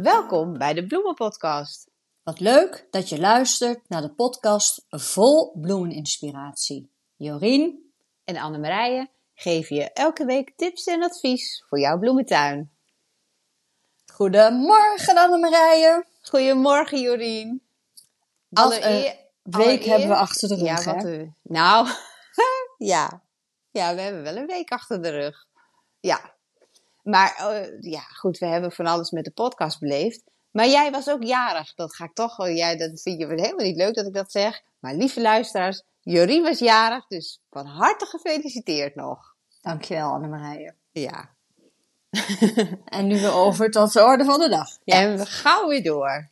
Welkom bij de Bloemenpodcast. Wat leuk dat je luistert naar de podcast vol bloemeninspiratie. Jorien en Annemarije geven je elke week tips en advies voor jouw bloementuin. Goedemorgen Annemarije. Goedemorgen Jorien. Wat een week hebben we achter de rug, hè? Nou, ja, we hebben wel een week achter de rug. Ja, maar goed, we hebben van alles met de podcast beleefd. Maar jij was ook jarig, dat ga ik toch wel. Dat vind je helemaal niet leuk dat ik dat zeg. Maar lieve luisteraars, Jorien was jarig, dus van harte gefeliciteerd nog. Dankjewel Annemarije. Ja. En nu weer over tot de orde van de dag. Ja. En we gaan weer door.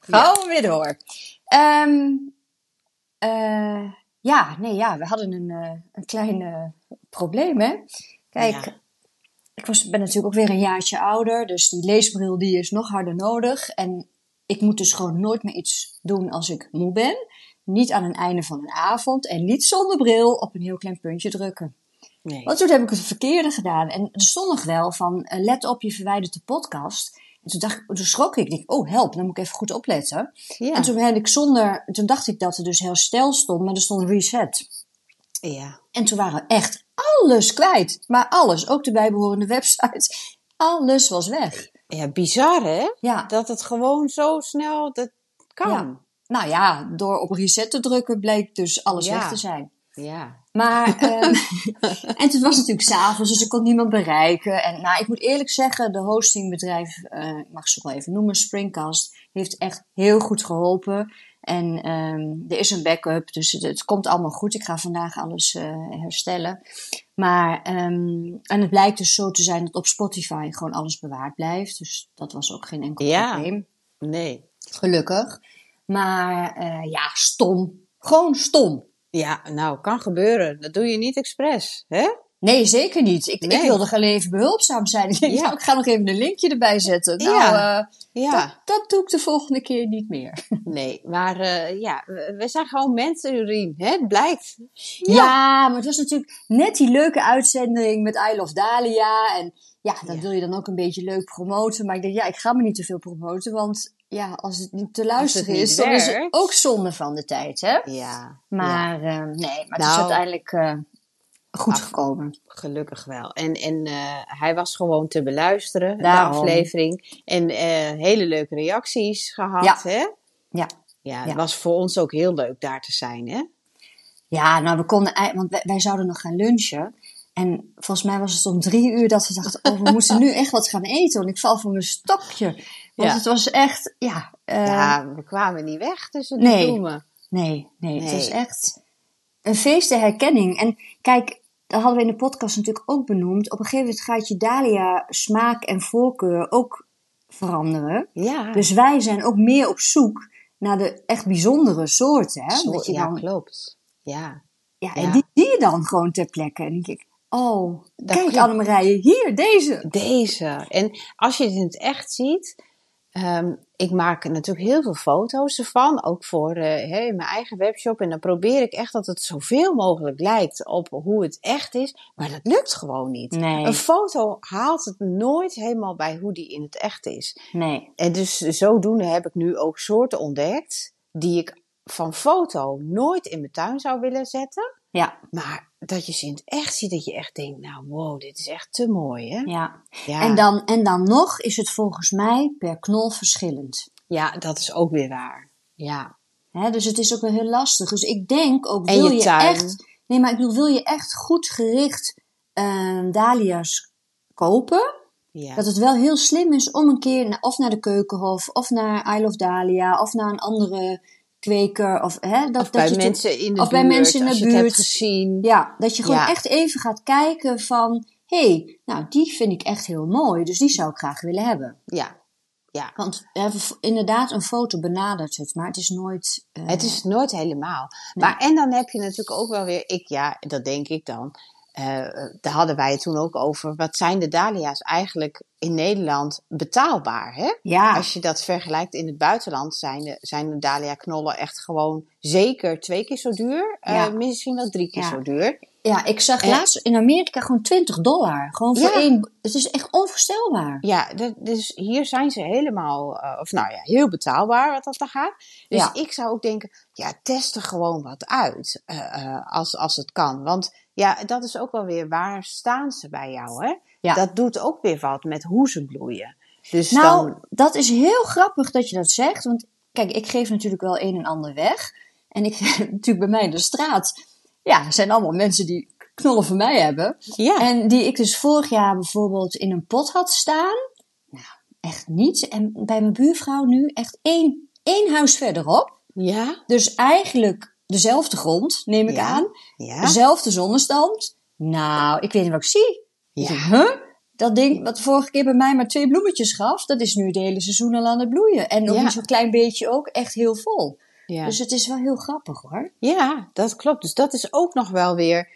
We hadden een klein probleem, hè. Kijk, ik ben natuurlijk ook weer een jaartje ouder, dus die leesbril die is nog harder nodig. En ik moet dus gewoon nooit meer iets doen als ik moe ben. Niet aan het einde van een avond en niet zonder bril op een heel klein puntje drukken. Nee. Want toen heb ik het verkeerde gedaan. En er stond nog wel van, let op, je verwijdert de podcast. En toen schrok ik. Oh, help, dan moet ik even goed opletten. Ja. En toen dacht ik dat er dus heel stil stond, maar er stond reset. Ja. En toen waren we echt alles kwijt. Maar alles, ook de bijbehorende website. Alles was weg. Ja, bizar hè? Ja. Dat het gewoon zo snel dat kan. Ja. Nou ja, door op reset te drukken bleek dus alles weg te zijn. Ja. Maar, en het was natuurlijk 's avonds, dus ik kon niemand bereiken. En ik moet eerlijk zeggen, de hostingbedrijf, ik mag ze wel even noemen, Springcast, heeft echt heel goed geholpen. En er is een backup, dus het komt allemaal goed. Ik ga vandaag alles herstellen. Maar, en het blijkt dus zo te zijn dat op Spotify gewoon alles bewaard blijft. Dus dat was ook geen enkel probleem. Nee. Gelukkig. Maar stom. Gewoon stom. Ja, nou, kan gebeuren. Dat doe je niet expres, hè? Nee, zeker niet. Ik wilde gewoon even behulpzaam zijn. Ik denk, ik ga nog even een linkje erbij zetten. Dat doe ik de volgende keer niet meer. Nee, maar we zijn gewoon mensen, Jorien. Hè? Het blijkt. Ja, maar het was natuurlijk net die leuke uitzending met I Love Dahlia. En dat wil je dan ook een beetje leuk promoten. Maar ik denk, ik ga me niet te veel promoten. Want als het niet te luisteren is, dan is het ook zonde van de tijd, hè? Ja. Maar het is uiteindelijk goed gekomen. Gelukkig wel. En hij was gewoon te beluisteren, Daarom. de aflevering. En hele leuke reacties gehad, hè? Ja, het was voor ons ook heel leuk daar te zijn, hè? Ja, we konden, want wij zouden nog gaan lunchen. En volgens mij was het om 3:00 dat we dachten, we moeten nu echt wat gaan eten. Want ik val van mijn stokje. Want het was echt, we kwamen niet weg tussen de bloemen. Nee, het was echt een feest der herkenning. En kijk, dat hadden we in de podcast natuurlijk ook benoemd. Op een gegeven moment gaat je dahlia smaak en voorkeur ook veranderen. Ja. Dus wij zijn ook meer op zoek naar de echt bijzondere soorten. Hè? Dat je dan, klopt. Ja. En die zie je dan gewoon ter plekke. En dan denk ik, kijk Annemarije, hier, deze. Deze. En als je het in het echt ziet, ik maak natuurlijk heel veel foto's ervan, ook voor in mijn eigen webshop. En dan probeer ik echt dat het zoveel mogelijk lijkt op hoe het echt is. Maar dat lukt gewoon niet. Nee. Een foto haalt het nooit helemaal bij hoe die in het echt is. Nee. En dus zodoende heb ik nu ook soorten ontdekt die ik van foto nooit in mijn tuin zou willen zetten. Ja. Maar dat je ze in het echt ziet, dat je echt denkt, nou wow, dit is echt te mooi, hè? Ja. Ja. En dan nog is het volgens mij per knol verschillend. Ja, dat is ook weer waar. Ja. Dus het is ook wel heel lastig. Dus ik denk ook, wil je echt goed gericht dahlia's kopen? Ja. Dat het wel heel slim is om een keer of naar de Keukenhof, of naar I Love Dahlia, of naar een andere kweker. Of bij mensen in de buurt, bij mensen in de als je buurt. het hebt gezien. Ja, dat je gewoon echt even gaat kijken van, die vind ik echt heel mooi. Dus die zou ik graag willen hebben. Ja. Want inderdaad, een foto benadert het, maar het is nooit... Het is nooit helemaal. Nee. Maar en dan heb je natuurlijk ook wel weer, dat denk ik dan. Daar hadden wij het toen ook over. Wat zijn de dahlia's eigenlijk in Nederland betaalbaar? Hè? Ja. Als je dat vergelijkt in het buitenland, zijn de dahlia knollen echt gewoon zeker 2 keer zo duur. Misschien wel 3 keer zo duur. Ja, ik zag laatst in Amerika gewoon $20. Gewoon voor één. Het is echt onvoorstelbaar. Ja, dus hier zijn ze helemaal, heel betaalbaar wat dat dan gaat. Dus ik zou ook denken, test er gewoon wat uit, als het kan. Want dat is ook wel weer, waar staan ze bij jou, hè? Ja. Dat doet ook weer wat met hoe ze bloeien. Dus dat is heel grappig dat je dat zegt. Want kijk, ik geef natuurlijk wel een en ander weg. En ik natuurlijk bij mij in de straat. Ja, er zijn allemaal mensen die knollen van mij hebben. Ja. En die ik dus vorig jaar bijvoorbeeld in een pot had staan. Nou, echt niet. En bij mijn buurvrouw nu echt één huis verderop. Ja. Dus eigenlijk dezelfde grond, neem ik aan. Ja. Dezelfde zonnestand. Nou, ik weet niet wat ik zie. Ja. Ik denk, dat ding wat de vorige keer bij mij maar 2 bloemetjes gaf, dat is nu het hele seizoen al aan het bloeien. En nog niet zo'n klein beetje ook, echt heel vol. Ja. Dus het is wel heel grappig hoor. Ja, dat klopt. Dus dat is ook nog wel weer.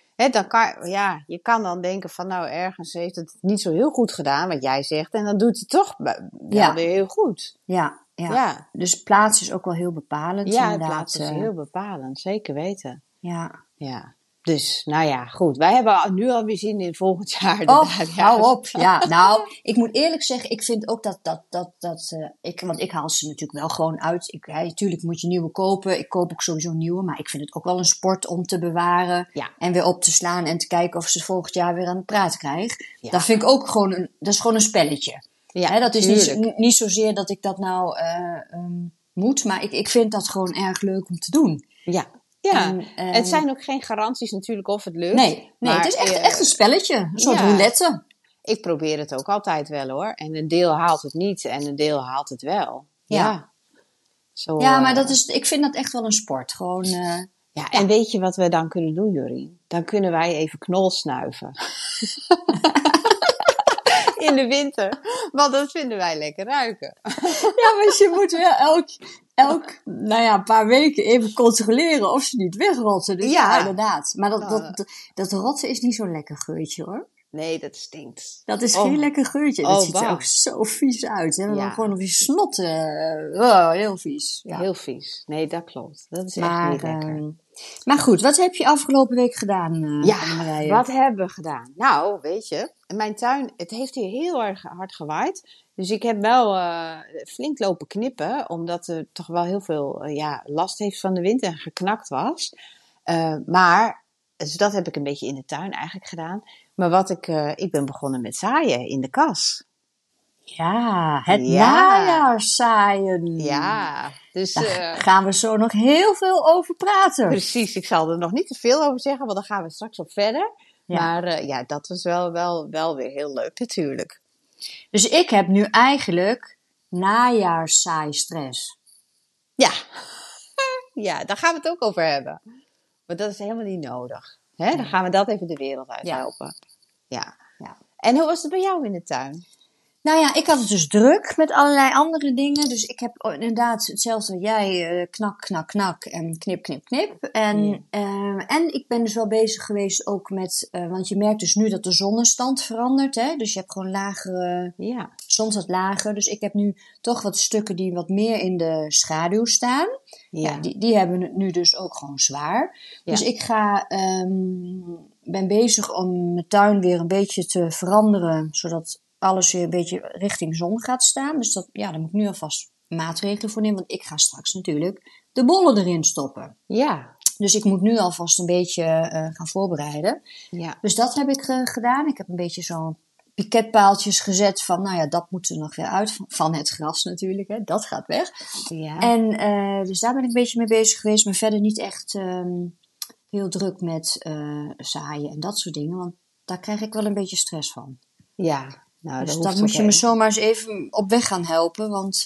Je kan dan denken van ergens heeft het niet zo heel goed gedaan, wat jij zegt. En dan doet hij toch wel weer heel goed. Ja. Dus plaats is ook wel heel bepalend. Ja, plaats is heel bepalend. Zeker weten. Ja. Dus, goed. Wij hebben nu alweer zin in volgend jaar. Hou op. Ja, nou, ik moet eerlijk zeggen, ik vind ook want ik haal ze natuurlijk wel gewoon uit. Natuurlijk moet je nieuwe kopen. Ik koop ook sowieso nieuwe, maar ik vind het ook wel een sport om te bewaren. Ja. En weer op te slaan en te kijken of ze volgend jaar weer aan het praten krijgen. Ja. Dat vind ik ook gewoon een spelletje. Ja, dat is niet zozeer dat ik dat moet, maar ik vind dat gewoon erg leuk om te doen. Ja. Ja, het zijn ook geen garanties natuurlijk of het lukt. Nee, het is echt een spelletje. Een soort roulette. Ik probeer het ook altijd wel hoor. En een deel haalt het niet en een deel haalt het wel. Ja. Zo, maar ik vind dat echt wel een sport. Gewoon, en weet je wat we dan kunnen doen, Jorien? Dan kunnen wij even knolsnuiven. In de winter. Want dat vinden wij lekker ruiken. Ja, maar je moet wel elk paar weken even controleren of ze niet wegrotten. Dus ja, inderdaad. Maar dat rotten is niet zo'n lekker geurtje hoor. Nee, dat stinkt. Dat is geen lekker geurtje. Dat ziet er ook zo vies uit. Hè? Dan gewoon op je snot. Heel vies. Ja. Heel vies. Nee, dat klopt. Dat is echt niet lekker. Maar goed, wat heb je afgelopen week gedaan, Marije? Wat hebben we gedaan? Nou, weet je, mijn tuin, het heeft hier heel erg hard gewaaid. Dus ik heb wel flink lopen knippen, omdat er toch wel heel veel last heeft van de wind en geknakt was. Dus dat heb ik een beetje in de tuin eigenlijk gedaan. Maar ik ben begonnen met zaaien in de kas. Ja, het najaarszaaien. Ja, dus daar gaan we zo nog heel veel over praten. Precies, ik zal er nog niet te veel over zeggen, want dan gaan we straks op verder. Ja. Maar dat was wel weer heel leuk natuurlijk. Dus ik heb nu eigenlijk najaarsaaistress. Ja. Ja, daar gaan we het ook over hebben. Maar dat is helemaal niet nodig. Hè? Dan gaan we dat even de wereld uit helpen. Ja. En hoe was het bij jou in de tuin? Nou ja, ik had het dus druk met allerlei andere dingen. Dus ik heb inderdaad hetzelfde wat jij, knak, knak, knak en knip, knip, knip. En ik ben dus wel bezig geweest ook met, want je merkt dus nu dat de zonnestand verandert. Hè? Dus je hebt gewoon lagere, soms wat lager. Dus ik heb nu toch wat stukken die wat meer in de schaduw staan. Ja. Die hebben het nu dus ook gewoon zwaar. Ja. Dus ik ben bezig om mijn tuin weer een beetje te veranderen, zodat alles weer een beetje richting zon gaat staan. Dus daar moet ik nu alvast maatregelen voor nemen. Want ik ga straks natuurlijk de bollen erin stoppen. Ja. Dus ik moet nu alvast een beetje gaan voorbereiden. Ja. Dus dat heb ik gedaan. Ik heb een beetje zo'n piketpaaltjes gezet van, dat moet er nog weer uit. Van het gras natuurlijk, hè. Dat gaat weg. Ja. En dus daar ben ik een beetje mee bezig geweest. Maar verder niet echt heel druk met zaaien en dat soort dingen. Want daar krijg ik wel een beetje stress van. Ja. Nou, dus dat moet je me zomaar eens even op weg gaan helpen. Want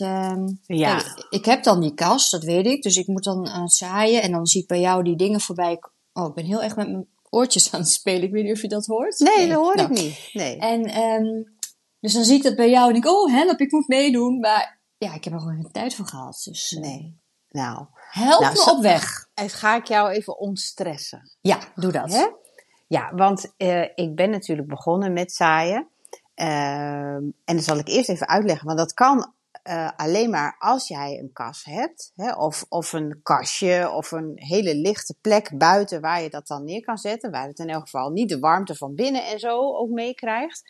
ik heb dan die kas, dat weet ik. Dus ik moet dan aan het zaaien. En dan zie ik bij jou die dingen voorbij. Oh, ik ben heel erg met mijn oortjes aan het spelen. Ik weet niet of je dat hoort. Nee, dat hoor ik niet. Nee. En dus dan zie ik dat bij jou en denk ik, help, ik moet meedoen. Maar ik heb er gewoon geen tijd voor gehad. Dus nee. Nou, help me op weg. Ga ik jou even ontstressen. Ja, doe dat. Hè? Ja, want ik ben natuurlijk begonnen met zaaien. En dan zal ik eerst even uitleggen, want dat kan alleen maar als jij een kas hebt, hè, of een kastje of een hele lichte plek buiten waar je dat dan neer kan zetten, waar het in elk geval niet de warmte van binnen en zo ook meekrijgt.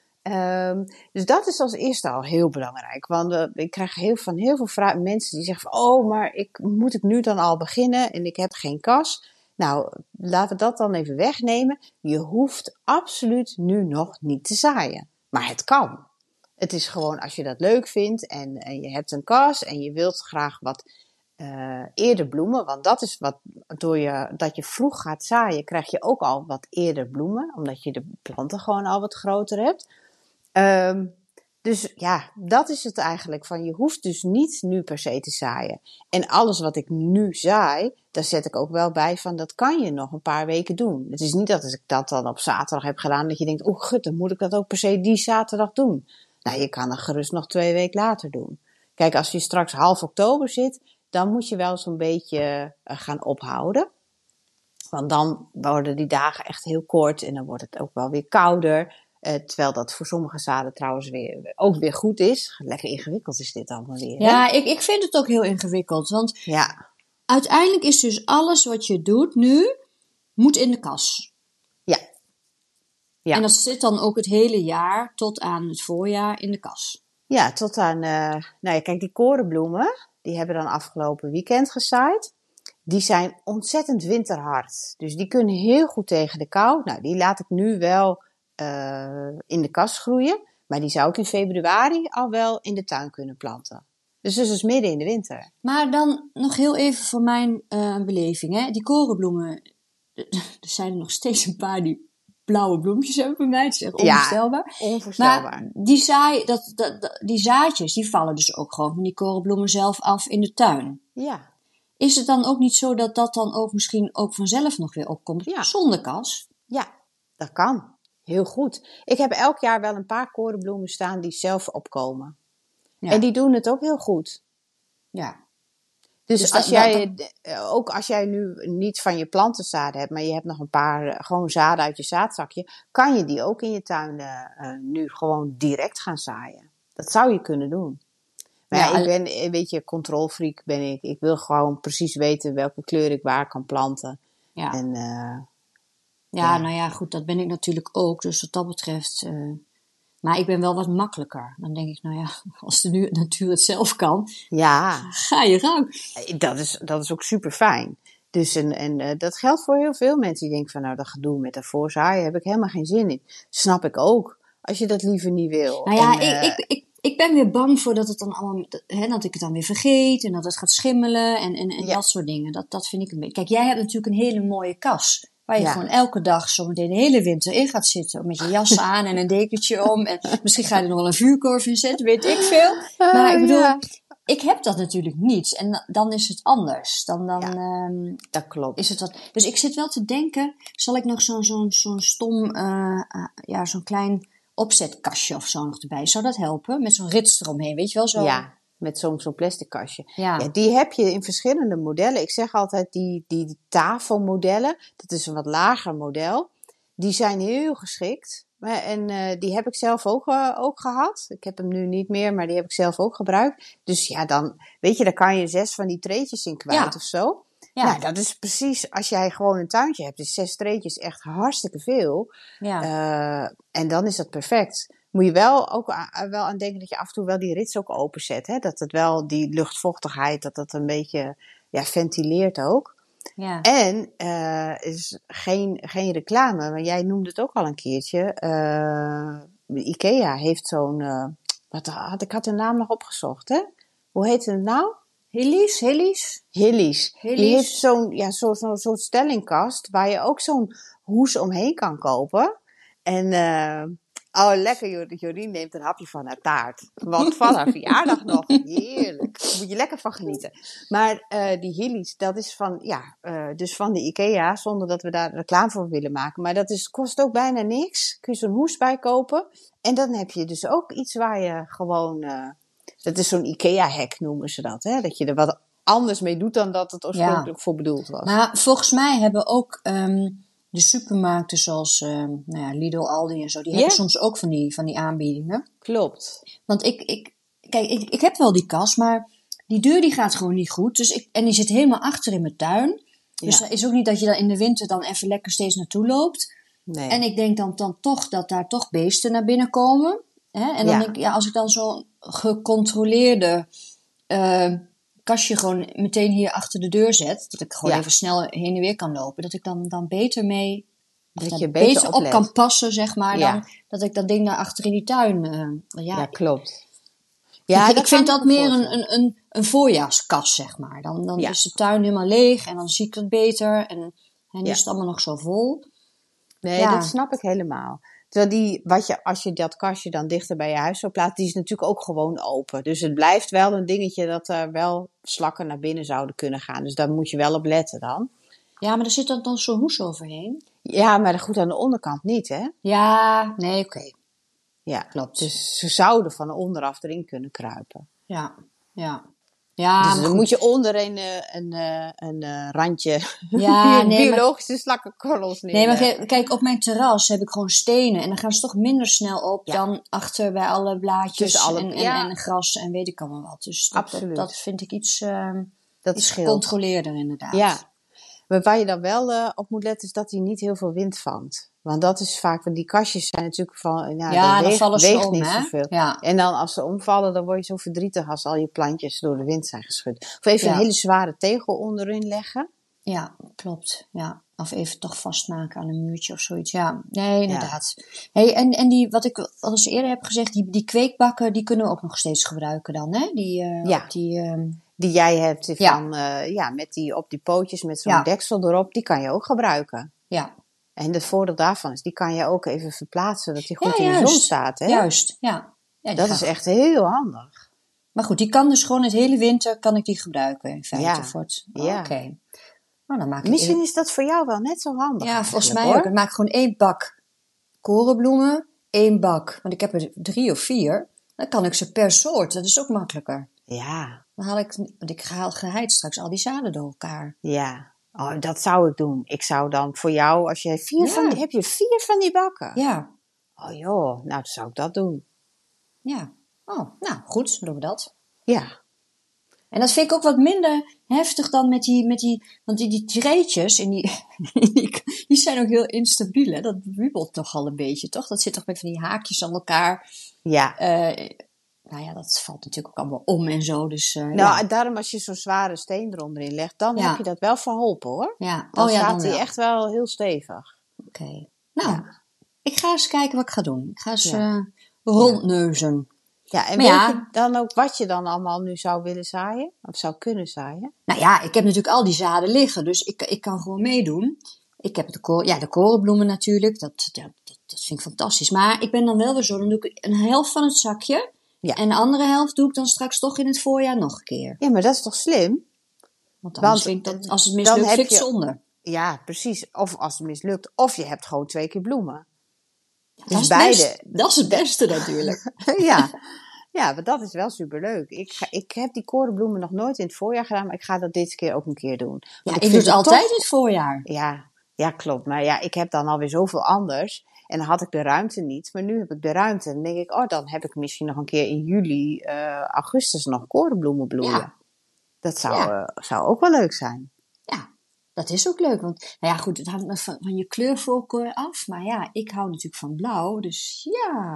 Dus dat is als eerste al heel belangrijk. Want ik krijg van heel veel mensen die zeggen van, oh, maar moet ik nu dan al beginnen en ik heb geen kas? Nou, laten we dat dan even wegnemen. Je hoeft absoluut nu nog niet te zaaien. Maar het kan. Het is gewoon als je dat leuk vindt en je hebt een kas en je wilt graag wat eerder bloemen. Want dat is wat, dat je vroeg gaat zaaien, krijg je ook al wat eerder bloemen. Omdat je de planten gewoon al wat groter hebt. Dus ja, dat is het eigenlijk. Je hoeft dus niet nu per se te zaaien. En alles wat ik nu zaai, daar zet ik ook wel bij van, dat kan je nog een paar weken doen. Het is niet dat als ik dat dan op zaterdag heb gedaan, dat je denkt, oh gut, dan moet ik dat ook per se die zaterdag doen. Nou, je kan het gerust nog 2 weken later doen. Kijk, als je straks half oktober zit, dan moet je wel zo'n beetje gaan ophouden. Want dan worden die dagen echt heel kort en dan wordt het ook wel weer kouder. Terwijl dat voor sommige zaden trouwens ook weer goed is. Lekker ingewikkeld is dit allemaal weer. Ja, ik vind het ook heel ingewikkeld. Want Ja. Uiteindelijk is dus alles wat je doet nu, moet in de kas. Ja. Ja. En dat zit dan ook het hele jaar tot aan het voorjaar in de kas. Ja, tot aan... nou ja, kijk, die korenbloemen, die hebben dan afgelopen weekend gezaaid. Die zijn ontzettend winterhard. Dus die kunnen heel goed tegen de kou. Nou, die laat ik nu wel in de kas groeien. Maar die zou ik in februari al wel in de tuin kunnen planten. Dus dat is midden in de winter. Maar dan nog heel even voor mijn beleving. Hè? Die korenbloemen, er zijn er nog steeds een paar die blauwe bloempjes hebben bij mij. Het is echt onvoorstelbaar. Ja, onvoorstelbaar. Maar die zaadjes, die vallen dus ook gewoon van die korenbloemen zelf af in de tuin. Ja. Is het dan ook niet zo dat dat dan ook misschien ook vanzelf nog weer opkomt? Ja. Zonder kas? Ja, dat kan. Heel goed. Ik heb elk jaar wel een paar korenbloemen staan die zelf opkomen. Ja. En die doen het ook heel goed. Ja. Dus ook als jij nu niet van je plantenzaden hebt, maar je hebt nog een paar gewoon zaden uit je zaadzakje, kan je die ook in je tuin nu gewoon direct gaan zaaien. Dat zou je kunnen doen. Maar ja, ik ben, weet je, controlfreak ben ik. Ik wil gewoon precies weten welke kleur ik waar kan planten. Ja. En, nou ja, goed, dat ben ik natuurlijk ook. Dus wat dat betreft... Maar ik ben wel wat makkelijker. Dan denk ik, nou ja, als de natuur het zelf kan, ga je gang. Dat is ook super fijn. Dus dat geldt voor heel veel mensen die denken van, nou, dat gedoe met dat voorzaaien heb ik helemaal geen zin in. Snap ik ook, als je dat liever niet wil. Nou ja, ik ben weer bang voor dat het dan allemaal, dat ik het dan weer vergeet en dat het gaat schimmelen en dat soort dingen. Dat vind ik een beetje. Kijk, jij hebt natuurlijk een hele mooie kas. Waar je gewoon elke dag zometeen de hele winter in gaat zitten. Met je jas aan en een dekentje om. En misschien ga je er nog wel een vuurkorf in zetten, weet ik veel. Maar ik bedoel, ik heb dat natuurlijk niet. En dan is het anders. Dat klopt. Is het wat. Dus ik zit wel te denken, zal ik nog zo'n stom, zo'n klein opzetkastje of zo nog erbij. Zou dat helpen? Met zo'n rits eromheen, weet je wel? Zo. Ja. Met zo'n plastic kastje. Ja. Ja, die heb je in verschillende modellen. Ik zeg altijd die tafelmodellen. Dat is een wat lager model. Die zijn heel geschikt. En die heb ik zelf ook gehad. Ik heb hem nu niet meer, maar die heb ik zelf ook gebruikt. Dus ja, dan weet je, daar kan je 6 van die treetjes in kwijt of zo. Ja. Nou, dat is precies, als jij gewoon een tuintje hebt, is 6 treetjes echt hartstikke veel. Ja. En dan is dat perfect. Moet je wel aan denken dat je af en toe wel die rits ook openzet. Hè? Dat het wel die luchtvochtigheid, dat een beetje ventileert ook. Ja. En is geen reclame, maar jij noemde het ook al een keertje. IKEA heeft zo'n, ik had de naam nog opgezocht, hè? Hoe heet het nou? Hillies. Die heeft zo'n stellingkast waar je ook zo'n hoes omheen kan kopen. En oh, lekker, Jorien neemt een hapje van haar taart. Want van haar verjaardag nog. Heerlijk. Daar moet je lekker van genieten. Maar die Hillies, dat is dus van de IKEA, zonder dat we daar reclame voor willen maken. Maar dat kost ook bijna niks. Kun je zo'n hoes bij kopen. En dan heb je dus ook iets waar je gewoon... dat is zo'n IKEA-hack, noemen ze dat. Hè? Dat je er wat anders mee doet dan dat het oorspronkelijk voor bedoeld was. Maar volgens mij hebben ook... de supermarkten zoals Lidl, Aldi en zo, die hebben soms ook van die aanbiedingen. Klopt. Want kijk, ik heb wel die kast, maar die deur die gaat gewoon niet goed. Dus en die zit helemaal achter in mijn tuin. Dus het is ook niet dat je daar in de winter dan even lekker steeds naartoe loopt. Nee. En ik denk dan toch dat daar toch beesten naar binnen komen. Hè? En dan denk ik, als ik dan zo'n gecontroleerde kastje gewoon meteen hier achter de deur zet. Dat ik gewoon even snel heen en weer kan lopen. Dat ik dan beter mee... Dat je beter op kan passen, zeg maar, dan dat ik dat ding daar achter in die tuin... ja, klopt. Ja, ik vind dat meer een voorjaarskast, zeg maar. Dan is de tuin helemaal leeg en dan zie ik het beter. En is het allemaal nog zo vol. Nee, dat snap ik helemaal. Terwijl als je dat kastje dan dichter bij je huis zou plaatsen, die is natuurlijk ook gewoon open. Dus het blijft wel een dingetje dat er wel slakken naar binnen zouden kunnen gaan. Dus daar moet je wel op letten dan. Ja, maar er zit dan zo'n hoes overheen. Ja, maar goed, aan de onderkant niet, hè? Ja, nee, oké. Ja, klopt. Dus ze zouden van onderaf erin kunnen kruipen. Ja. Dus dan moet je onder een randje biologische slakkenkorrels nemen. Nee, maar kijk, op mijn terras heb ik gewoon stenen. En dan gaan ze toch minder snel op dan achter bij alle blaadjes en gras en weet ik allemaal wat. Dus dat vind ik iets gecontroleerder inderdaad. Ja, maar waar je dan wel op moet letten is dat hij niet heel veel wind vangt. Want dat is vaak, want die kastjes zijn natuurlijk van... dan vallen ze om, niet hè? zoveel. Ja. En dan als ze omvallen, dan word je zo verdrietig als al je plantjes door de wind zijn geschud. Of even een hele zware tegel onderin leggen. Ja, klopt. Ja. Of even toch vastmaken aan een muurtje of zoiets. Ja, nee, inderdaad. Ja. Hey, en die, wat ik al eens eerder heb gezegd, die kweekbakken, die kunnen we ook nog steeds gebruiken dan, hè? Die jij hebt met op die pootjes met zo'n deksel erop, die kan je ook gebruiken. Ja. En het voordeel daarvan is, die kan je ook even verplaatsen, dat die goed in de zon staat. Hè? Juist, ja. Dat is echt heel handig. Maar goed, die kan dus gewoon het hele winter, kan ik die gebruiken in feite. Ja. Oké. Nou, dan maak Misschien is dat voor jou wel net zo handig. Ja, volgens mij ook. Ik maak gewoon 1 bak korenbloemen, 1 bak, want ik heb er 3 of 4. Dan kan ik ze per soort, dat is ook makkelijker. Ja. Dan haal ik geheid straks al die zaden door elkaar. Ja. Oh, dat zou ik doen. Ik zou dan voor jou, als je heb je 4 van die bakken? Ja. Oh joh, nou dan zou ik dat doen. Ja. Oh, nou goed, dan doen we dat. Ja. En dat vind ik ook wat minder heftig dan met die want die treetjes, en die zijn ook heel instabiel, hè? Dat wiebelt toch al een beetje, toch? Dat zit toch met van die haakjes aan elkaar. Ja. Nou ja, dat valt natuurlijk ook allemaal om en zo. Dus, daarom als je zo'n zware steen eronderin legt, dan heb je dat wel verholpen, hoor. Ja. Dan staat hij echt wel heel stevig. Oké. Nou, ik ga eens kijken wat ik ga doen. Ik ga eens rondneuzen. Ja, en weet je dan ook wat je dan allemaal nu zou willen zaaien? Of zou kunnen zaaien? Nou ja, ik heb natuurlijk al die zaden liggen, dus ik kan gewoon meedoen. Ik heb de korenbloemen natuurlijk, dat vind ik fantastisch. Maar ik ben dan wel weer zo, dan doe ik een helft van het zakje. Ja. En de andere helft doe ik dan straks toch in het voorjaar nog een keer. Ja, maar dat is toch slim? Want als het mislukt, vind ik het zonde. Ja, precies. Of als het mislukt, of je hebt gewoon 2 keer bloemen. Ja, dus dat is het beste natuurlijk. Ja, maar dat is wel superleuk. Ik heb die korenbloemen nog nooit in het voorjaar gedaan, maar ik ga dat dit keer ook een keer doen. Ja, ik doe het altijd in het voorjaar. Ja, klopt. Maar ja, ik heb dan alweer zoveel anders. En dan had ik de ruimte niet. Maar nu heb ik de ruimte. En dan denk ik, dan heb ik misschien nog een keer in juli, augustus nog korenbloemen bloeien. Ja. Dat zou ook wel leuk zijn. Ja, dat is ook leuk. Want, nou ja, goed, het hangt van je kleurvoorkeur af. Maar ja, ik hou natuurlijk van blauw. Dus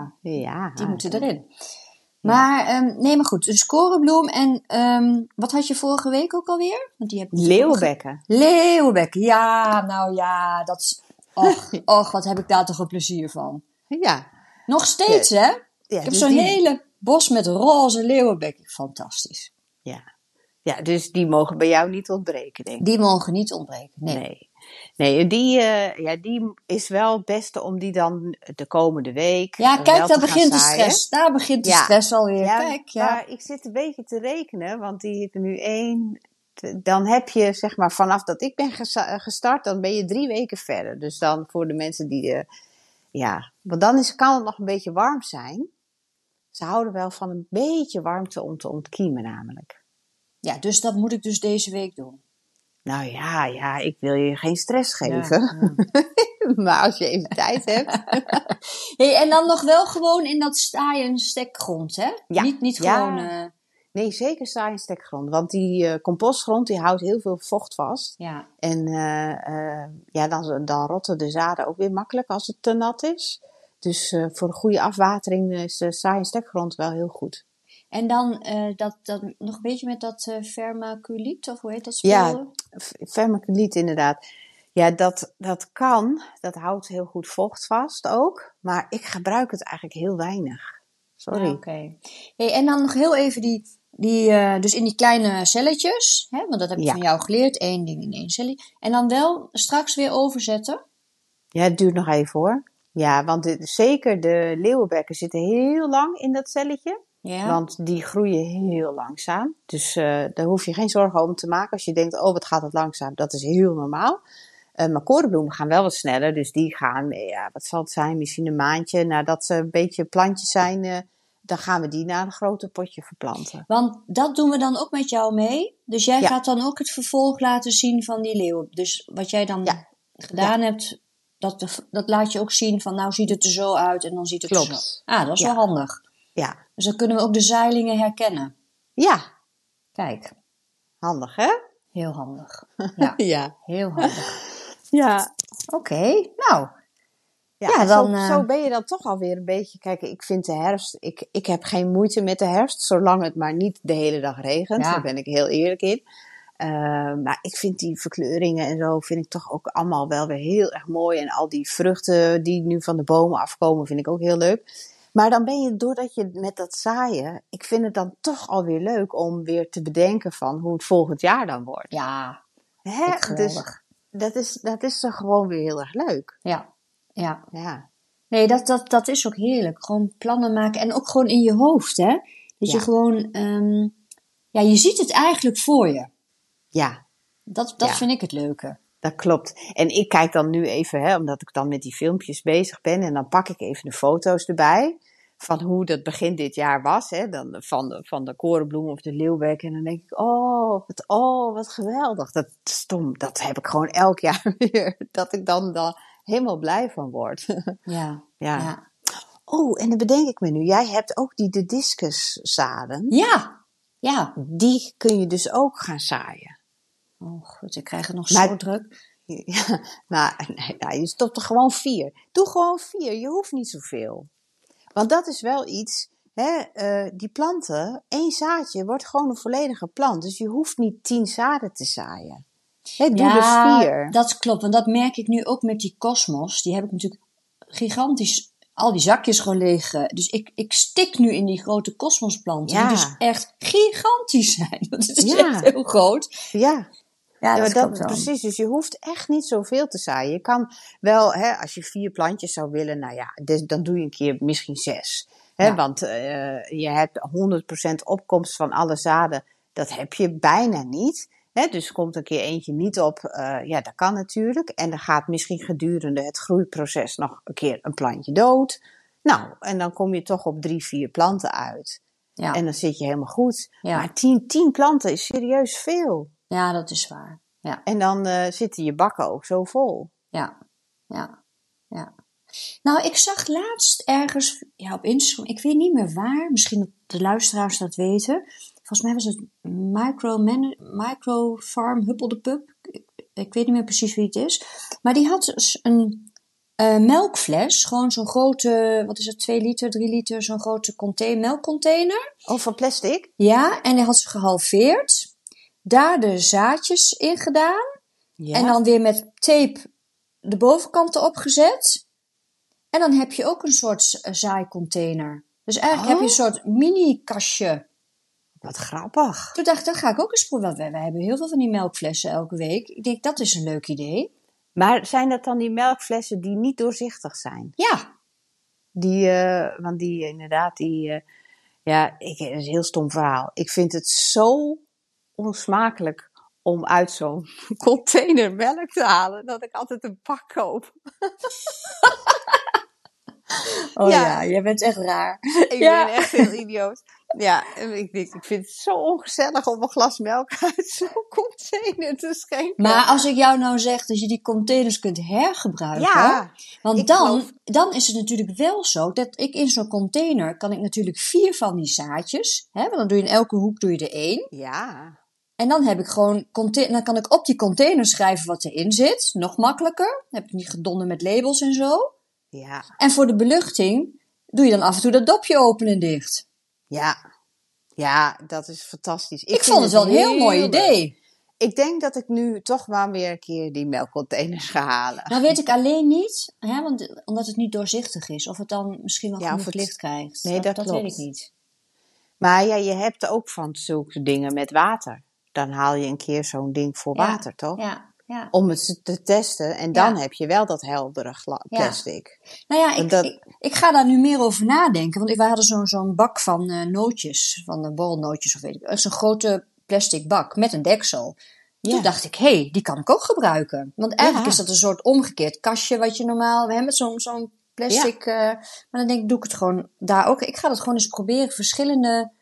die moeten erin. Maar, nee, maar goed. Dus korenbloem en wat had je vorige week ook alweer? Want die heb leeuwenbekken. Leeuwenbekken, ja. Nou ja, dat is... Och, wat heb ik daar toch een plezier van. Ja. Nog steeds, hè? Ja, ik heb zo'n hele bos met roze leeuwenbekken. Fantastisch. Ja, dus die mogen bij jou niet ontbreken, denk ik. Die mogen niet ontbreken, Nee, die is wel het beste om die dan de komende week. Ja, kijk, daar begint de stress. Daar begint de stress alweer. Ja, kijk, maar ik zit een beetje te rekenen, want die heeft er nu 1. Dan heb je, zeg maar, vanaf dat ik ben gestart, dan ben je 3 weken verder. Dus dan voor de mensen die, want dan kan het nog een beetje warm zijn. Ze houden wel van een beetje warmte om te ontkiemen namelijk. Ja, dus dat moet ik dus deze week doen. Nou ja, ik wil je geen stress geven. Ja. Maar als je even tijd hebt. Hey, en dan nog wel gewoon in dat staai- en stekgrond, hè? Ja. Niet Ja. gewoon... Nee, zeker saai en stekgrond. Want die compostgrond die houdt heel veel vocht vast. ja. En dan rotten de zaden ook weer makkelijk als het te nat is. Dus voor een goede afwatering is saai en stekgrond wel heel goed. En dan dat nog een beetje met dat vermaculiet, of hoe heet dat spul? Ja, vermiculiet inderdaad. Ja, dat kan. Dat houdt heel goed vocht vast ook. Maar ik gebruik het eigenlijk heel weinig. Sorry. Ja, oké. Hey, en dan nog heel even dus in die kleine celletjes, hè, want dat heb ik Ja. van jou geleerd, 1 ding in 1 celletje. En dan wel straks weer overzetten. Ja, het duurt nog even hoor. Ja, want zeker de leeuwenbekken zitten heel lang in dat celletje. Ja. Want die groeien heel langzaam. Dus daar hoef je geen zorgen om te maken. Als je denkt, oh wat gaat het langzaam. Dat is heel normaal. Maar korenbloemen gaan wel wat sneller. Dus die gaan, wat zal het zijn? Misschien een maandje nadat ze een beetje plantjes zijn. Dan gaan we die naar een grote potje verplanten. Want dat doen we dan ook met jou mee. Dus jij Ja. gaat dan ook het vervolg laten zien van die leeuw. Dus wat jij dan Ja. gedaan hebt, dat laat je ook zien van nou ziet het er zo uit en dan ziet het er Klopt. zo. Ah, dat is Ja. wel handig. Ja. Dus dan kunnen we ook de zeilingen herkennen. Ja, Kijk, handig hè? heel handig. Ja, Ja. heel handig. Ja. Oké, nou. Ja, Ja, dan, zo ben je dan toch alweer een beetje. Kijk, ik vind de herfst. Ik heb geen moeite met de herfst, zolang het maar niet de hele dag regent. Ja. Daar ben ik heel eerlijk in. Maar ik vind die verkleuringen en zo vind ik toch ook allemaal wel weer heel erg mooi. En al die vruchten die nu van de bomen afkomen, vind ik ook heel leuk. Maar dan ben je, doordat je met dat zaaien, ik vind het dan toch alweer leuk om weer te bedenken van hoe het volgend jaar dan wordt. Ja, Hè? ik geweldig. Dus dat is toch gewoon weer heel erg leuk. Ja, ja. Ja. Nee, dat is ook heerlijk. Gewoon plannen maken. En ook gewoon in je hoofd, hè. Dat Ja. je gewoon... je ziet het eigenlijk voor je. Ja. Dat Ja. vind ik het leuke. Dat klopt. En ik kijk dan nu even, omdat ik dan met die filmpjes bezig ben. En dan pak ik even de foto's erbij. Van hoe dat begin dit jaar was. Hè, dan van de korenbloem of de leeuwbek. En dan denk ik, wat geweldig. Dat is stom. Dat heb ik gewoon elk jaar weer. Dat ik dan helemaal blij van word. Ja. Ja. Ja. Oh, en dan bedenk ik me nu. Jij hebt ook die de discuszaden. Ja. Ja. Die kun je dus ook gaan zaaien. Oh, goed. Ik krijg het nog Maar- zo druk. Ja, je stopt er gewoon 4. Doe gewoon 4. Je hoeft niet zoveel. Want dat is wel iets, die planten, 1 zaadje wordt gewoon een volledige plant. Dus je hoeft niet 10 zaden te zaaien. Doe dus 4. Dat klopt. Want dat merk ik nu ook met die kosmos. Die heb ik natuurlijk gigantisch, al die zakjes gewoon liggen. Dus ik stik nu in die grote kosmosplanten. Ja. Die dus echt gigantisch zijn. Want het is Ja. echt heel groot. Ja. Ja, Ja, dat maar klopt wel. precies. Dus je hoeft echt niet zoveel te zaaien. Je kan wel, als je 4 plantjes zou willen, nou ja, dus dan doe je een keer misschien 6. Ja. Want je hebt 100% opkomst van alle zaden. Dat heb je bijna niet. Dus komt een keer eentje niet op. Dat kan natuurlijk. En dan gaat misschien gedurende het groeiproces nog een keer een plantje dood. Nou, en dan kom je toch op 3, 4 planten uit. Ja. En dan zit je helemaal goed. Ja. Maar 10 planten is serieus veel. Ja, dat is waar. Ja, En dan zitten je bakken ook zo vol. ja, ja, ja. Nou, ik zag laatst ergens op Instagram, ik weet niet meer waar, misschien dat de luisteraars dat weten. Volgens mij was het Micro Farm Huppel de Pup. Ik weet niet meer precies wie het is. Maar die had dus een melkfles, gewoon zo'n grote, wat is het, 2 liter, 3 liter, zo'n grote melkcontainer. Oh, van plastic? Ja, en hij had ze gehalveerd. Daar de zaadjes in gedaan. Ja. En dan weer met tape de bovenkant erop gezet. En dan heb je ook een soort zaaicontainer. Dus eigenlijk heb je een soort mini-kastje. Wat grappig. Toen dacht ik, dan ga ik ook eens proberen. Want wij hebben heel veel van die melkflessen elke week. Ik denk, dat is een leuk idee. Maar zijn dat dan die melkflessen die niet doorzichtig zijn? Ja, Want die inderdaad, dat is een heel stom verhaal. Ik vind het zo onsmakelijk om uit zo'n container melk te halen, dat ik altijd een pak koop. Oh Ja. ja, jij bent echt raar. Ik Ja. ben echt heel idioot. Ja, en ik vind het zo ongezellig om een glas melk uit zo'n container te schenken. Maar als ik jou nou zeg dat je die containers kunt hergebruiken, Ja, want ik dan, geloof- dan is het natuurlijk wel zo dat ik in zo'n container kan ik natuurlijk 4 van die zaadjes, hè, want dan doe je in elke hoek doe je er 1. ja, En dan heb ik gewoon, dan kan ik op die container schrijven wat erin zit. Nog makkelijker. Dan heb ik niet gedonder met labels en zo. ja, En voor de beluchting doe je dan af en toe dat dopje open en dicht. ja. Ja, dat is fantastisch. Ik vond het wel een heel mooi leuk. idee. Ik denk dat ik nu toch maar weer een keer die melkcontainers ga halen. Nou weet ik alleen niet, hè, omdat het niet doorzichtig is, of het dan misschien wel Ja, of genoeg het- licht krijgt. Nee, dat weet klopt. ik niet. Maar ja, je hebt ook van zulke dingen met water. Dan haal je een keer zo'n ding voor Ja, water, toch? Ja. Om het te testen. En dan Ja. heb je wel dat heldere plastic. Nou ja, Want dat- ik ga daar nu meer over nadenken. Want we hadden zo'n bak van nootjes, van de borrelnootjes of weet ik. Zo'n grote plastic bak met een deksel. Ja. Toen dacht ik, hé, die kan ik ook gebruiken. Want eigenlijk Ja. is dat een soort omgekeerd kastje wat je normaal hebt met zo'n plastic. Maar dan denk ik, doe ik het gewoon daar ook. Ik ga dat gewoon eens proberen. Verschillende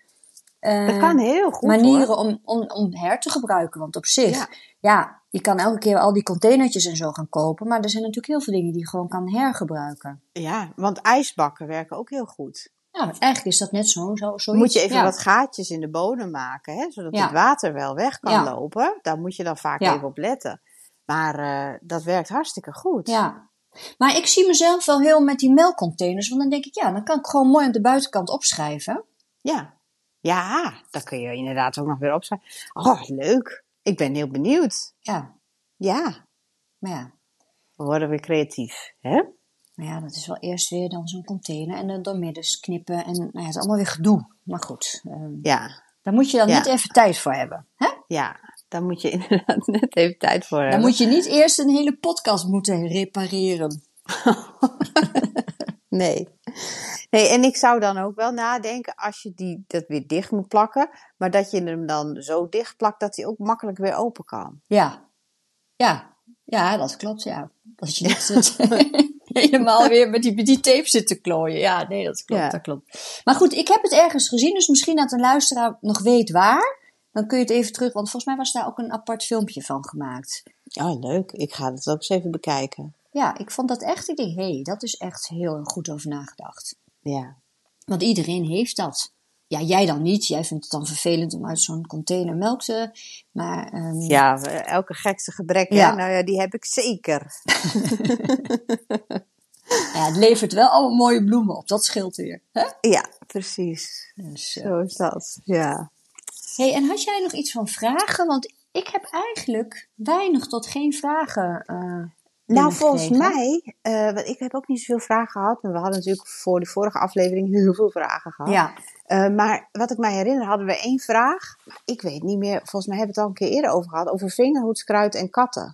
Dat kan heel goed, manieren hoor. om her te gebruiken. Want op zich, Ja. ja, je kan elke keer al die containertjes en zo gaan kopen. Maar er zijn natuurlijk heel veel dingen die je gewoon kan hergebruiken. Ja, want ijsbakken werken ook heel goed. Ja, maar eigenlijk is dat net zoiets. Moet je even Ja. wat gaatjes in de bodem maken, hè, zodat Ja. het water wel weg kan Ja. lopen. Daar moet je dan vaak Ja. even op letten. Maar dat werkt hartstikke goed. Ja. Maar ik zie mezelf wel heel met die melkcontainers. Want dan denk ik, ja, dan kan ik gewoon mooi aan de buitenkant opschrijven. Ja. Ja, dat kun je inderdaad ook nog weer opschrijven. Oh, leuk. Ik ben heel benieuwd. Ja, Ja, maar ja. we worden weer creatief, hè? Maar ja, dat is wel eerst weer dan zo'n container en dan doormiddens knippen. En nou ja, het is allemaal weer gedoe. Maar goed, Ja, daar moet je dan Ja. niet even tijd voor hebben. Hè? ja. Daar moet je inderdaad net even tijd voor Dan hebben. moet je niet eerst een hele podcast moeten repareren. Nee. Nee, en ik zou dan ook wel nadenken als je dat weer dicht moet plakken. Maar dat je hem dan zo dicht plakt dat hij ook makkelijk weer open kan. Ja, dat klopt, ja. Dat je niet helemaal weer met die tape zit te klooien. Ja, nee, dat klopt, Ja. dat klopt. Maar goed, ik heb het ergens gezien, dus misschien dat een luisteraar nog weet waar. Dan kun je het even terug, want volgens mij was daar ook een apart filmpje van gemaakt. Oh, leuk. Ik ga het ook eens even bekijken. Ja, ik vond dat echt, ik denk, hé, dat is echt heel goed over nagedacht. Ja. Want iedereen heeft dat. Ja, jij dan niet. Jij vindt het dan vervelend om uit zo'n container melk te... Maar Ja, elke gekste gebrek, Ja. hè? Nou ja, die heb ik zeker. ja, het levert wel allemaal mooie bloemen op. Dat scheelt weer. Hè? Ja, precies. Dus, Zo is dat. Ja. hey, en had jij nog iets van vragen? Want ik heb eigenlijk weinig tot geen vragen Nou, volgens binnengekregen. mij, want ik heb ook niet zoveel vragen gehad. Maar we hadden natuurlijk voor de vorige aflevering heel veel vragen gehad. Ja, Maar wat ik mij herinner, hadden we 1 vraag. Maar ik weet niet meer, volgens mij hebben we het al een keer eerder over gehad. Over vingerhoedskruid en katten.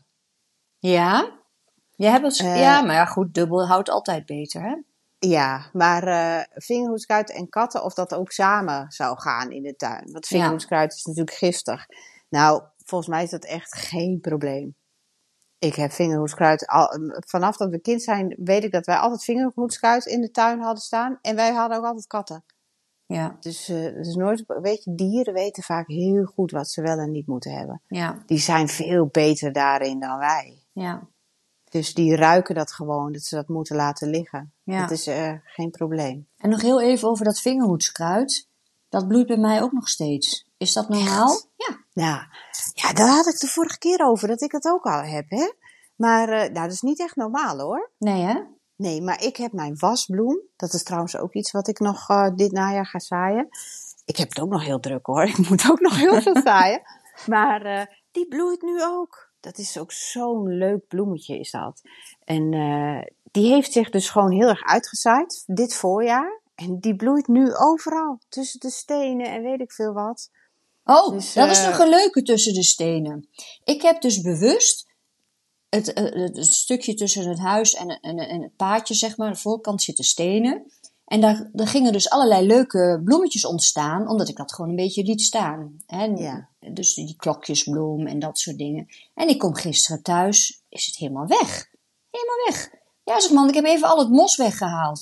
ja. Jij hebt het, Eh, ja, maar ja, goed, dubbel houdt altijd beter, hè? Ja, maar vingerhoedskruid en katten, of dat ook samen zou gaan in de tuin. Want vingerhoedskruid is natuurlijk giftig. Nou, volgens mij is dat echt geen probleem. Ik heb vingerhoedskruid, vanaf dat we kind zijn, weet ik dat wij altijd vingerhoedskruid in de tuin hadden staan. En wij hadden ook altijd katten. Ja, Dus het is nooit, weet je, dieren weten vaak heel goed wat ze wel en niet moeten hebben. ja, Die zijn veel beter daarin dan wij. ja. Dus die ruiken dat gewoon, dat ze dat moeten laten liggen. Ja. Dat is geen probleem. En nog heel even over dat vingerhoedskruid. Dat bloeit bij mij ook nog steeds. Is dat normaal? Echt? Ja. Ja, daar had ik de vorige keer over, dat ik het ook al heb, hè. Maar nou, dat is niet echt normaal, hoor. Nee, hè? Nee, maar ik heb mijn wasbloem. Dat is trouwens ook iets wat ik nog dit najaar ga zaaien. Ik heb het ook nog heel druk, hoor. Ik moet ook nog heel veel zaaien. Maar die bloeit nu ook. Dat is ook zo'n leuk bloemetje, is dat. En die heeft zich dus gewoon heel erg uitgezaaid dit voorjaar. En die bloeit nu overal. Tussen de stenen en weet ik veel wat. Oh, Dus, dat is nog een leuke tussen de stenen. Ik heb dus bewust het stukje tussen het huis en het paadje, zeg maar, de voorkant zitten stenen. En daar gingen dus allerlei leuke bloemetjes ontstaan, omdat ik dat gewoon een beetje liet staan. Hè? Ja. Dus die klokjesbloem en dat soort dingen. En ik kom gisteren thuis, is het helemaal weg. Helemaal weg. Ja, zeg man, ik heb even al het mos weggehaald. Ik denk, oh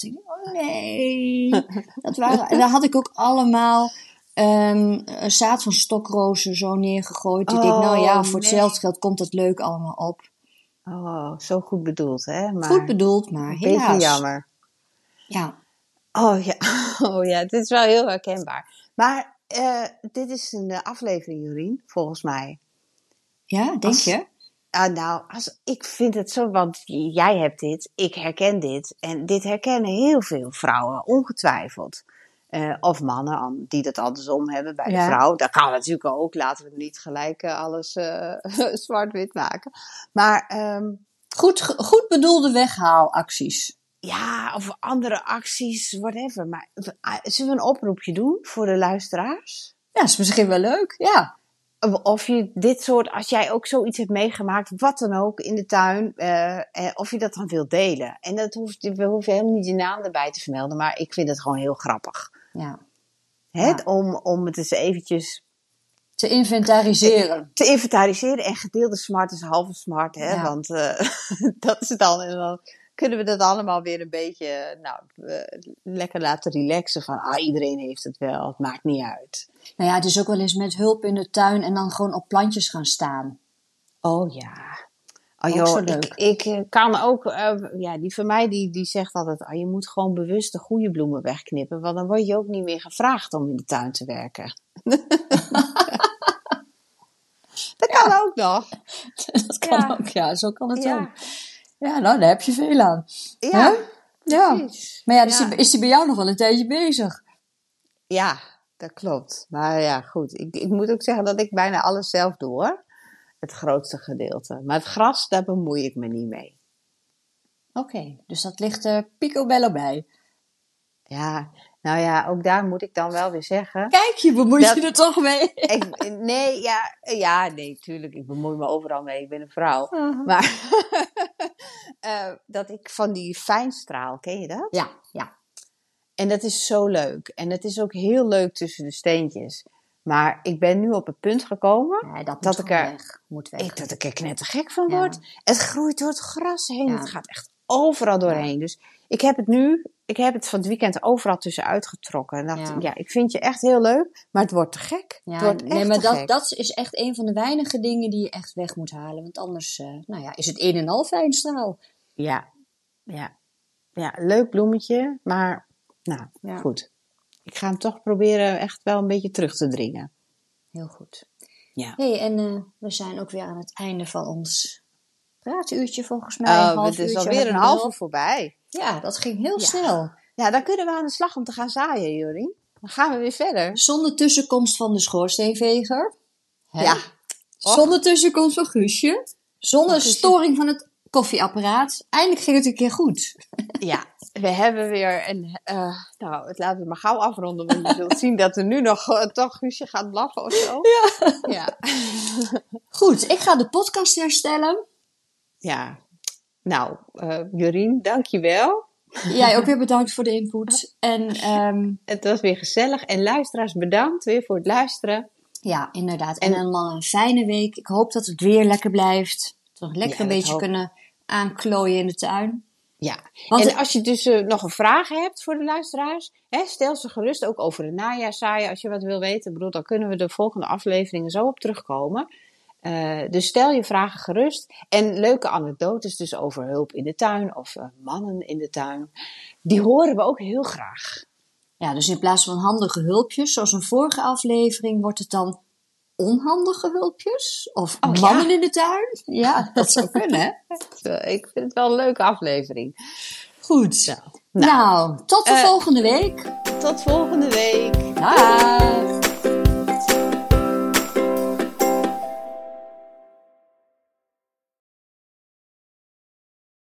Oh nee. En daar had ik ook allemaal een zaad van stokrozen zo neergegooid. Ik denk, nou ja, voor hetzelfde geld komt dat leuk allemaal op. Oh, zo goed bedoeld, hè? Maar Goed bedoeld, maar een helaas. beetje jammer. Ja. Oh ja, oh ja, dit is wel heel herkenbaar. Maar dit is een aflevering, Jorien, volgens mij. Ja, denk je? Ik vind het zo, want jij hebt dit, ik herken dit. En dit herkennen heel veel vrouwen, ongetwijfeld. Of mannen die dat andersom hebben bij de vrouw. Dat kan natuurlijk ook, laten we niet gelijk alles zwart-wit maken. Maar goed bedoelde weghaalacties. ja, of andere acties, whatever. Maar zullen we een oproepje doen voor de luisteraars? Ja, is misschien wel leuk, ja. Of je dit soort, als jij ook zoiets hebt meegemaakt, wat dan ook in de tuin, of je dat dan wilt delen. En dat we hoeven helemaal niet je naam erbij te vermelden, maar ik vind het gewoon heel grappig. Ja. Om het eens eventjes te inventariseren. Te inventariseren en gedeelde smart is halve smart, hè? Ja. Want dat is dan, en dan kunnen we dat allemaal weer een beetje lekker laten relaxen van iedereen heeft het wel, het maakt niet uit. Nou ja, het is ook wel eens met hulp in de tuin en dan gewoon op plantjes gaan staan. Oh ja. Oh joh, ik kan ook, die van mij die zegt altijd, je moet gewoon bewust de goede bloemen wegknippen, want dan word je ook niet meer gevraagd om in de tuin te werken. Dat kan ook nog. Dat kan ook, ja, zo kan het ook. Ja, nou, daar heb je veel aan. Ja, ja. Maar ja, dus is die bij jou nog wel een tijdje bezig? Ja, dat klopt. Maar ja, goed. Ik moet ook zeggen dat ik bijna alles zelf doe, hoor. Het grootste gedeelte. Maar het gras, daar bemoei ik me niet mee. Oké, dus dat ligt picobello bij. Ja, nou ja, ook daar moet ik dan wel weer zeggen. Kijk, je bemoeit je er toch mee. Nee, tuurlijk. Ik bemoei me overal mee. Ik ben een vrouw. Uh-huh. Maar dat ik van die fijnstraal, ken je dat? Ja. En dat is zo leuk. En het is ook heel leuk tussen de steentjes. Maar ik ben nu op het punt gekomen dat ik er knettergek van word. Het groeit door het gras heen. Ja. Het gaat echt overal doorheen. Ja. Dus ik heb het van het weekend overal tussenuit getrokken. En dacht, ik vind je echt heel leuk, maar het wordt te gek. Ja, het wordt echt te gek. Dat is echt een van de weinige dingen die je echt weg moet halen. Want anders is het een en al fijnstraal. Ja, leuk bloemetje, maar goed. Ik ga hem toch proberen echt wel een beetje terug te dringen. Heel goed. Ja. Hey, en we zijn ook weer aan het einde van ons praatuurtje volgens mij. Het is alweer een half uur voorbij. Ja, dat ging heel snel. Ja, dan kunnen we aan de slag om te gaan zaaien, Jorien. Dan gaan we weer verder. Zonder tussenkomst van de schoorsteenveger. Hè? Ja. Zonder tussenkomst van Guusje. Zonder storing van het koffieapparaat. Eindelijk ging het een keer goed. Ja, we hebben weer laten we maar gauw afronden. Want je zult zien dat er nu nog toch Guusje gaat blaffen of zo. Ja. Goed, ik ga de podcast herstellen. Ja. Nou, Jorien, dankjewel. Jij ook weer bedankt voor de input. En het was weer gezellig. En luisteraars, bedankt weer voor het luisteren. Ja, inderdaad. En allemaal een fijne week. Ik hoop dat het weer lekker blijft. Toch lekker een beetje kunnen aanklooien in de tuin. Ja, en als je dus nog een vraag hebt voor de luisteraars, stel ze gerust ook over de najaarsaaien als je wat wil weten. Bedoel, dan kunnen we de volgende afleveringen zo op terugkomen. Dus stel je vragen gerust. En leuke anekdotes dus over hulp in de tuin of mannen in de tuin. Die horen we ook heel graag. Ja, dus in plaats van handige hulpjes, zoals een vorige aflevering, wordt het dan onhandige hulpjes? Of mannen in de tuin? Ja, dat zou kunnen, hè? Ik vind het wel een leuke aflevering. Goed. Nou, tot de volgende week. Tot volgende week. Daag.